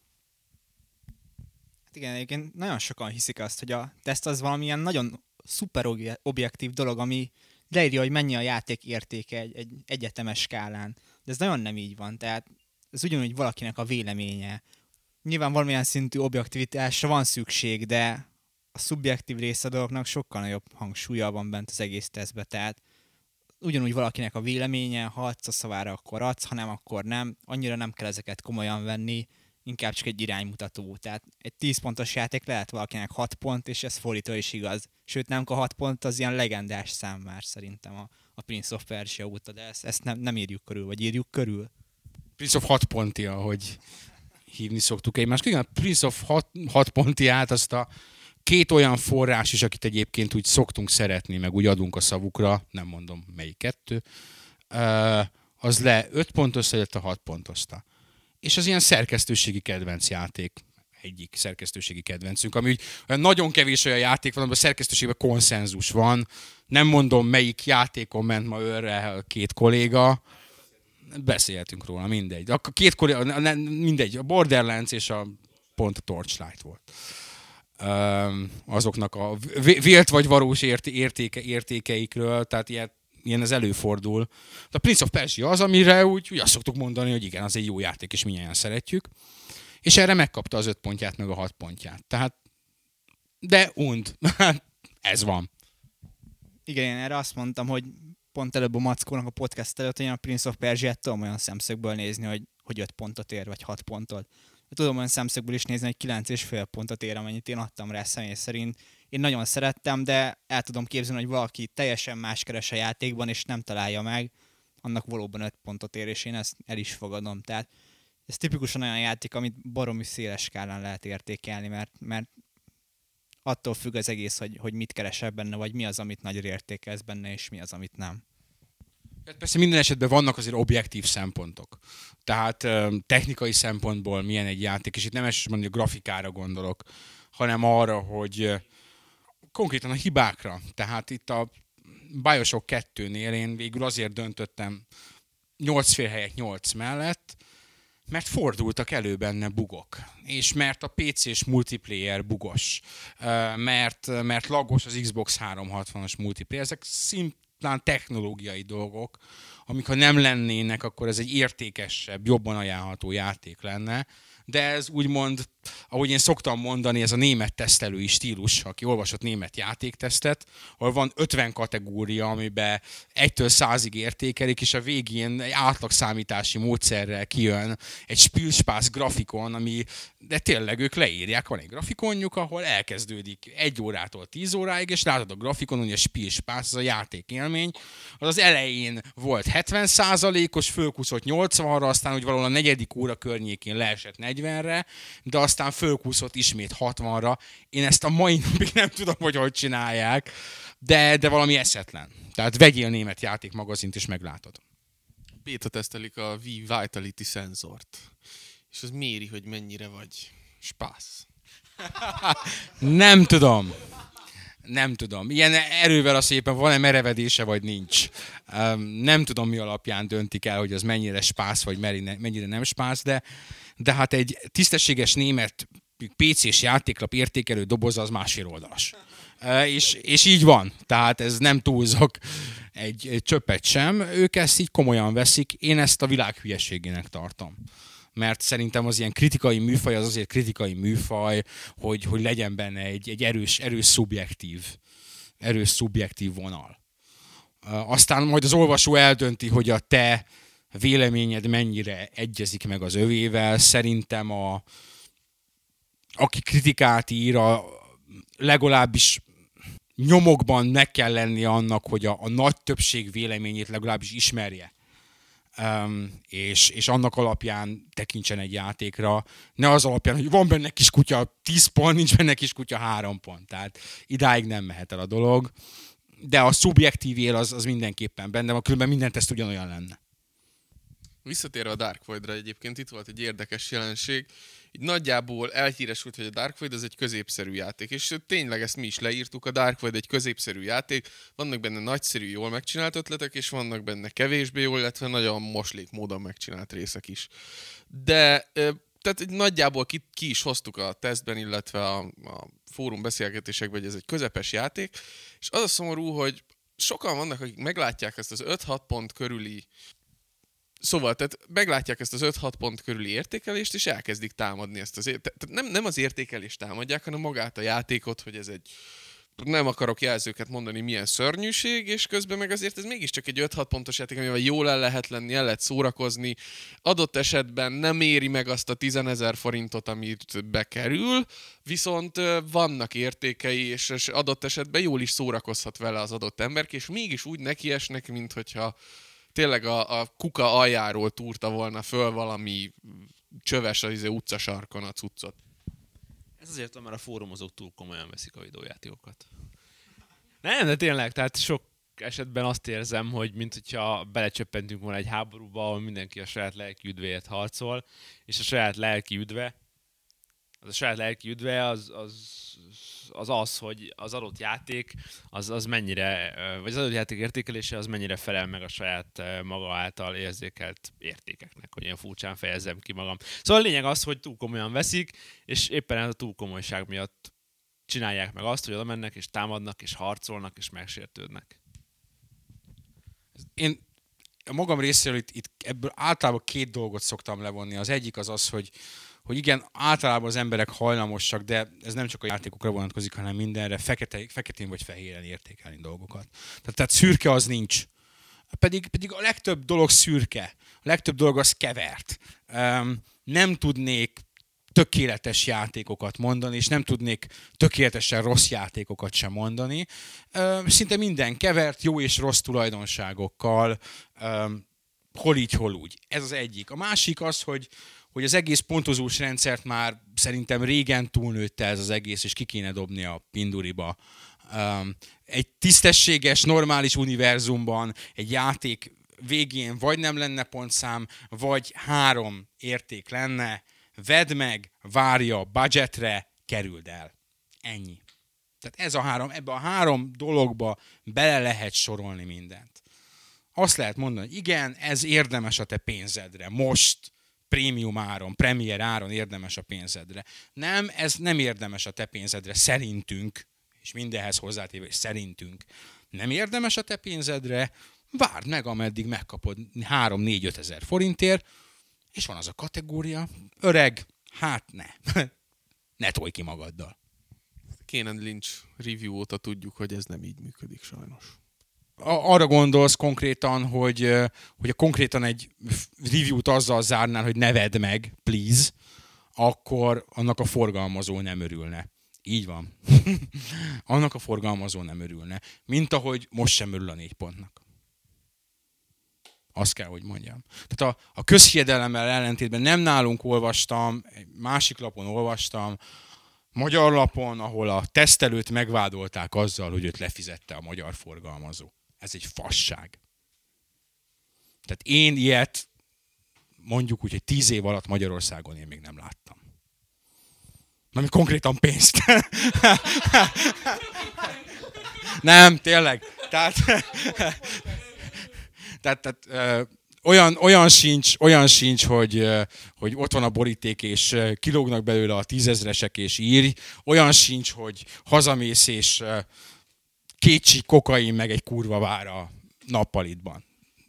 Hát igen, egyébként nagyon sokan hiszik azt, hogy a teszt az valamilyen nagyon szuper objektív dolog, ami leírja, hogy mennyi a játék értéke egy egyetemes skálán. De ez nagyon nem így van, tehát ez ugyanúgy valakinek a véleménye. Nyilván valamilyen szintű objektivitásra van szükség, de a szubjektív része a dolognak sokkal nagyobb hangsúlya van bent az egész tesztbe, tehát ugyanúgy valakinek a véleménye, ha adsz a szavára, akkor adsz, ha nem, akkor nem. Annyira nem kell ezeket komolyan venni, inkább csak egy iránymutató. Tehát egy 10 pontos játék lehet valakinek 6 pont, és ez fordítva is igaz. Sőt, nem a 6 pont az ilyen legendás szám már szerintem a Prince of Persia óta, de ezt nem írjuk körül, vagy írjuk körül. Prince of 6 ponti, ahogy hívni szoktuk egymást. Igen, a Prince of 6 pontiát azt a 2 olyan forrás is, akit egyébként úgy szoktunk szeretni, meg úgy adunk a szavukra, nem mondom melyik 2, az le 5 pontozta, illetve 6 pontozta. És az ilyen szerkesztőségi kedvenc játék, egyik szerkesztőségi kedvencünk, ami úgy, nagyon kevés olyan játék van, amiben a szerkesztőségben konszenzus van. Nem mondom, melyik játékon ment ma őrre 2 kolléga, beszélhetünk róla, mindegy. A 2 kolléga, mindegy, a Borderlands és pont a Torchlight volt. Azoknak a vélt vagy valós értékeikről, tehát ilyen ez előfordul. De a Prince of Persia az, amire úgy azt szoktuk mondani, hogy igen, az egy jó játék, és mindjárt szeretjük. És erre megkapta az 5 pontját, meg a 6 pontját. Tehát, de ez van. Igen, én erre azt mondtam, hogy pont előbb a Mackónak a podcast előtt, hogy én a Prince of Persia-t tudom olyan szemszögből nézni, hogy 5 pontot ér, vagy 6 pontot. Tudom olyan szemszögből is nézni, hogy 9,5 pontot ér, amennyit én adtam rá személy szerint. Én nagyon szerettem, de el tudom képzelni, hogy valaki teljesen más keres a játékban, és nem találja meg, annak valóban 5 pontot ér, és én ezt el is fogadom. Tehát ez tipikusan olyan játék, amit baromi széles skálán lehet értékelni, mert attól függ az egész, hogy mit keresel benne, vagy mi az, amit nagyra értékelsz benne, és mi az, amit nem. Persze minden esetben vannak azért objektív szempontok. Tehát technikai szempontból milyen egy játék, és itt nem elsősorban a grafikára gondolok, hanem arra, hogy konkrétan a hibákra. Tehát itt a Bioshock 2-nél én végül azért döntöttem 8 fél helyett 8 mellett, mert fordultak elő benne bugok, és mert a PC-s multiplayer bugos, mert lagos az Xbox 360-as multiplayer, ezek szimplán technológiai dolgok, amik ha nem lennének, akkor ez egy értékesebb, jobban ajánlható játék lenne, de ez úgymond ahogy én szoktam mondani, ez a német tesztelői stílus, aki olvasott német játéktesztet, ahol van 50 kategória, amiben 1-től 100-ig értékelik, és a végén egy átlagszámítási módszerrel kijön egy Spielspaß grafikon, ami, de tényleg ők leírják, van egy grafikonjuk, ahol elkezdődik 1 órától 10 óráig, és látod a grafikonon, hogy a Spielspaß, az a játékélmény, az elején volt 70%-os, fölkúszott 80-ra, aztán úgy valahol a 4. óra környékén leesett 40-re, de aztán fölkúszott ismét 60-ra. Én ezt a mai napig nem tudom, hogy csinálják, de valami eszetlen. Tehát vegyél német játékmagazint, és meglátod. Beta tesztelik a Wii Vitality szenzort. És az méri, hogy mennyire vagy spász. Nem tudom. Ilyen erővel a szépen van-e merevedése, vagy nincs. Nem tudom, mi alapján döntik el, hogy az mennyire spász, vagy mennyire nem spász, de hát egy tisztességes német PC-s játéklap értékelő doboz az 1,5 oldalas. És így van. Tehát ez nem túlzok egy csöppet sem. Ők ezt így komolyan veszik. Én ezt a világ hülyeségének tartom. Mert szerintem az ilyen kritikai műfaj az azért kritikai műfaj, hogy legyen benne egy erős szubjektív vonal. Aztán majd az olvasó eldönti, hogy a te véleményed mennyire egyezik meg az övével. Szerintem aki kritikát ír, legalábbis nyomokban meg kell lennie annak, hogy a nagy többség véleményét legalábbis ismerje. És annak alapján tekintsen egy játékra, ne az alapján, hogy van benne kiskutya 10 pont, nincs benne kiskutya 3 pont. Tehát idáig nem mehet el a dolog. De a szubjektív él az mindenképpen benne van, különben minden teszt ugyanolyan lenne. Visszatérve a Dark Void-ra egyébként, itt volt egy érdekes jelenség. Így nagyjából elhíresült, hogy a Dark Void az egy középszerű játék, és tényleg ezt mi is leírtuk, a Dark Void egy középszerű játék, vannak benne nagyszerű, jól megcsinált ötletek, és vannak benne kevésbé jól, illetve nagyon moslék módon megcsinált részek is. De tehát nagyjából ki is hoztuk a tesztben, illetve a fórum beszélgetésekben, hogy ez egy közepes játék, és az a szomorú, hogy sokan vannak, akik meglátják ezt az 5-6 pont körüli. Szóval, tehát meglátják ezt az 5-6 pont körüli értékelést, és elkezdik támadni ezt az tehát nem az értékelést támadják, hanem magát a játékot, hogy ez egy... Nem akarok jelzőket mondani, milyen szörnyűség, és közben meg azért ez mégiscsak egy 5-6 pontos játék, amivel jól el lehet lenni, el lehet szórakozni. Adott esetben nem éri meg azt a 10 000 forintot, amit bekerül, viszont vannak értékei, és adott esetben jól is szórakozhat vele az adott emberke, és mégis úgy nekiesnek, mint hogyha tényleg a kuka aljáról túrta volna föl valami csöves az utcasarkon a cuccot. Ez azért van, mert a fórumozók túl komolyan veszik a videójátékokat. Nem, de tényleg, tehát sok esetben azt érzem, hogy mint hogyha belecsöppentünk volna egy háborúba, ahol mindenki a saját lelki üdvéért harcol, és a saját lelki üdve az, hogy az adott játék az mennyire, vagy az adott játék értékelése az mennyire felel meg a saját maga által érzékelt értékeknek, hogy ilyen furcsán fejezzem ki magam. Szóval a lényeg az, hogy túl komolyan veszik, és éppen ez a túl komolyság miatt csinálják meg azt, hogy oda mennek, és támadnak, és harcolnak, és megsértődnek. Én a magam részéről itt ebből általában 2 dolgot szoktam levonni. Az egyik az, hogy igen, általában az emberek hajlamosak, de ez nem csak a játékokra vonatkozik, hanem mindenre, feketén vagy fehéren értékelni dolgokat. Tehát szürke az nincs. Pedig a legtöbb dolog szürke. A legtöbb dolog az kevert. Nem tudnék tökéletes játékokat mondani, és nem tudnék tökéletesen rossz játékokat sem mondani. Szinte minden kevert, jó és rossz tulajdonságokkal, hol így, hol úgy. Ez az egyik. A másik az, hogy az egész pontozós rendszert már szerintem régen túlnőtte ez az egész, és ki kéne dobni a pinduriba. Egy tisztességes, normális univerzumban egy játék végén vagy nem lenne pontszám, vagy 3 érték lenne, vedd meg, várja, budgetre, kerüld el. Ennyi. Tehát ebbe a 3 dologba bele lehet sorolni mindent. Azt lehet mondani, hogy igen, ez érdemes a te pénzedre. Most prémium áron, premier áron érdemes a pénzedre. Nem, ez nem érdemes a te pénzedre, szerintünk, és mindenhez hozzátéve, és szerintünk nem érdemes a te pénzedre, várd meg, ameddig megkapod 3-4-5 ezer forintért, és van az a kategória, öreg, hát ne. Ne tolj ki magaddal. Kane Lynch review óta tudjuk, hogy ez nem így működik sajnos. Arra gondolsz konkrétan, hogy konkrétan egy review-t azzal zárnál, hogy ne vedd meg, please, akkor annak a forgalmazó nem örülne. Így van. Annak a forgalmazó nem örülne. Mint ahogy most sem örül a 4 pontnak. Azt kell, hogy mondjam. Tehát a közhiedelemmel ellentétben nem nálunk olvastam, egy másik lapon olvastam, magyar lapon, ahol a tesztelőt megvádolták azzal, hogy őt lefizette a magyar forgalmazó. Ez egy fasság. Tehát én ilyet mondjuk úgy, hogy 10 év alatt Magyarországon én még nem láttam. Ami konkrétan pénzt. Nem, tényleg. Tehát olyan sincs, hogy ott van a boríték, és kilógnak belőle a 10 000-esek, és írj. Olyan sincs, hogy hazamész, és 2 csík kokain, meg egy kurva vár a nappalitban.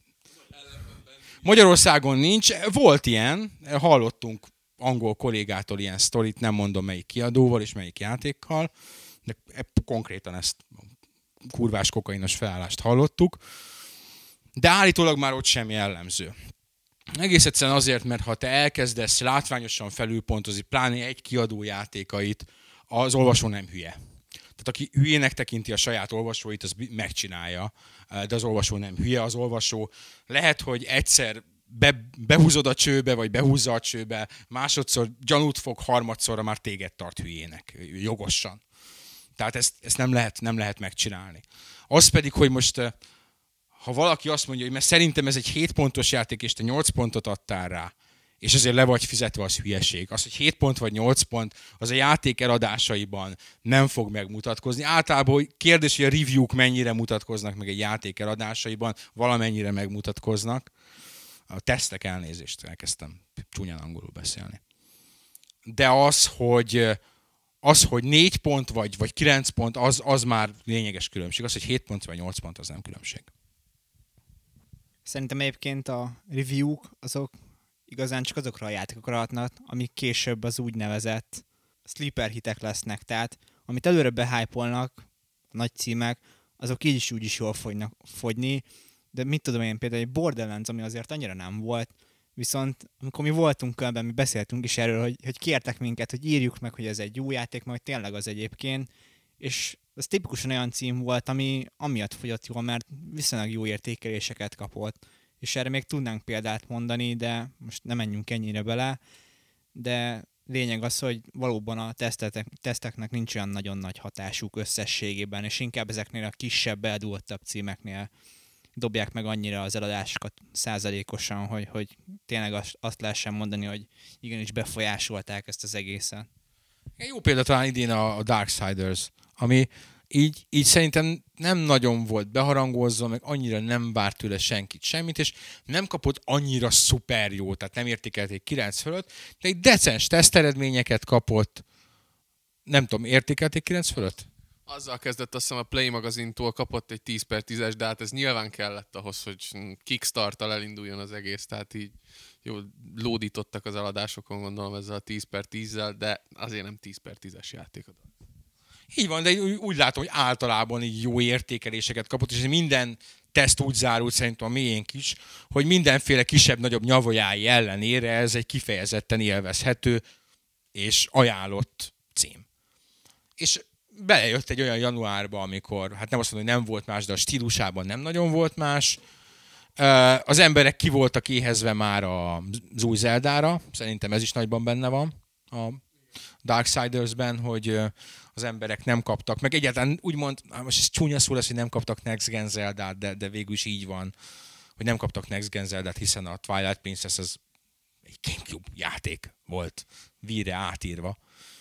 Magyarországon nincs. Volt ilyen, hallottunk angol kollégától ilyen sztorit, nem mondom melyik kiadóval és melyik játékkal, de konkrétan ezt kurvás kokainos felállást hallottuk. De állítólag már ott sem jellemző. Egész egyszerűen azért, mert ha te elkezdesz látványosan felülpontozni, pláne egy kiadó játékait, az olvasó nem hülye. Tehát aki hülyének tekinti a saját olvasóit, az megcsinálja, de az olvasó nem hülye. Az olvasó lehet, hogy egyszer behúzod a csőbe, vagy behúzza a csőbe, másodszor gyanút fog, harmadszorra már téged tart hülyének, jogosan. Tehát ezt nem lehet megcsinálni. Az pedig, hogy most ha valaki azt mondja, hogy mert szerintem ez egy 7 pontos játék, és te 8 pontot adtál rá, és azért le vagy fizetve, az hülyeség. Az, hogy 7 pont vagy 8 pont, az a játék eladásaiban nem fog megmutatkozni. Általában kérdés, hogy a review-k mennyire mutatkoznak meg egy játék eladásaiban, valamennyire megmutatkoznak. A tesztek, elnézést, elkezdtem csúnyán angolul beszélni. De az, hogy 4 pont vagy 9 pont, az már lényeges különbség. Az, hogy 7 pont vagy 8 pont, az nem különbség. Szerintem egyébként a review-k azok igazán csak azokra a játékokra hatnak, amik később az úgynevezett sleeper hitek lesznek. Tehát amit előre behypolnak a nagy címek, azok így is úgy is jól fognak fogyni. De mit tudom én, például egy Borderlands, ami azért annyira nem volt, viszont amikor mi voltunk különben, mi beszéltünk is erről, hogy kértek minket, hogy írjuk meg, hogy ez egy jó játék, majd tényleg az egyébként, és ez tipikusan olyan cím volt, ami amiatt fogyott jól, mert viszonylag jó értékeléseket kapott. És erre még tudnánk példát mondani, de most nem menjünk ennyire bele. De lényeg az, hogy valóban a teszteknek nincs olyan nagyon nagy hatásuk összességében, és inkább ezeknél a kisebb, eldúlottabb címeknél dobják meg annyira az eladásokat százalékosan, hogy tényleg azt lehessen mondani, hogy igenis befolyásolták ezt az egészet. Jó példa talán idén a Darksiders, ami így szerintem nem nagyon volt beharangozva, meg annyira nem várt tőle senkit semmit, és nem kapott annyira szuper jó, tehát nem értékelték 9 fölött, de egy decens teszteredményeket kapott. Nem tudom, értékelték 9 fölött? Azzal kezdett, azt hiszem a Play magazintól kapott egy 10/10-es, de hát ez nyilván kellett ahhoz, hogy Kickstarter-tal elinduljon az egész, tehát így jó, lódítottak az eladásokon, gondolom ezzel a 10/10-zel, de azért nem 10/10-es játékot. Így van, de úgy látom, hogy általában így jó értékeléseket kapott, és minden teszt úgy zárult szerintem a miénk is, hogy mindenféle kisebb-nagyobb nyavajái ellenére ez egy kifejezetten élvezhető és ajánlott cím. És belejött egy olyan januárba, amikor, hát nem azt mondom, hogy nem volt más, de a stílusában nem nagyon volt más. Az emberek ki voltak éhezve már az új Zeldára, szerintem ez is nagyban benne van a Darksidersben, hogy az emberek nem kaptak, meg egyáltalán úgymond, most ez csúnya szó lesz, hogy nem kaptak Next Gen Zeldát, de végül is így van, hogy nem kaptak Next Gen Zeldát, hiszen a Twilight Princess az egy GameCube játék volt, Wii-re átírva.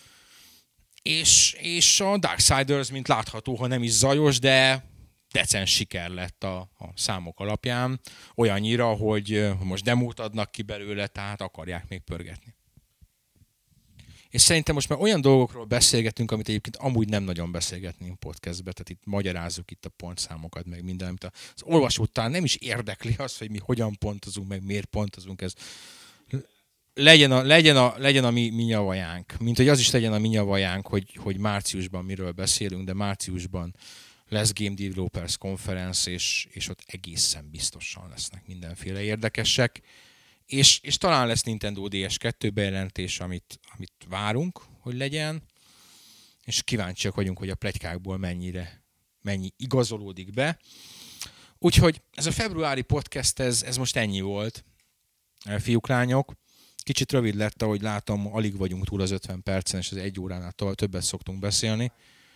És a Darksiders, mint látható, ha nem is zajos, de decens siker lett a számok alapján, olyannyira, hogy most demót adnak ki belőle, tehát akarják még pörgetni. És szerintem most már olyan dolgokról beszélgetünk, amit egyébként amúgy nem nagyon beszélgetnénk podcastbe, tehát itt magyarázzuk itt a pontszámokat, meg minden, amit az olvasót talán nem is érdekli az, hogy mi hogyan pontozunk, meg miért pontozunk. Ez legyen a mi nyavajánk. Mint hogy az is legyen a mi nyavajánk, hogy márciusban miről beszélünk, de márciusban lesz Game Developers Conference, és ott egészen biztosan lesznek mindenféle érdekesek. És talán lesz Nintendo DS2 bejelentés, amit várunk, hogy legyen, és kíváncsiak vagyunk, hogy a pletykákból mennyi igazolódik be. Úgyhogy ez a februári podcast, ez most ennyi volt, fiúk, lányok. Kicsit rövid lett, ahogy látom, alig vagyunk túl az 50 percen, és az 1 óránál többet szoktunk beszélni.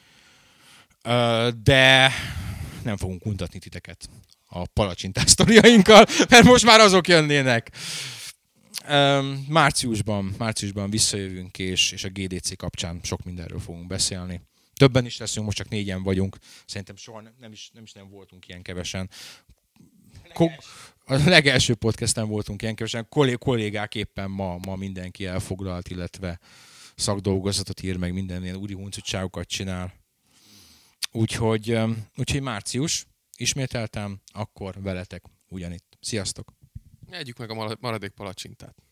De nem fogunk untatni titeket a palacsintás sztoriainkkal, mert most már azok jönnének. Márciusban visszajövünk, és a GDC kapcsán sok mindenről fogunk beszélni. Többen is leszünk, most csak 4-en vagyunk. Szerintem soha nem voltunk ilyen kevesen. A legelső podcasten voltunk ilyen kevesen. Kollégák éppen ma mindenki elfoglalt, illetve szakdolgozatot ír, meg minden ilyen úri huncutságokat csinál. Úgyhogy március, ismételtem, akkor veletek ugyanitt. Sziasztok! Együk meg a maradék palacsintát.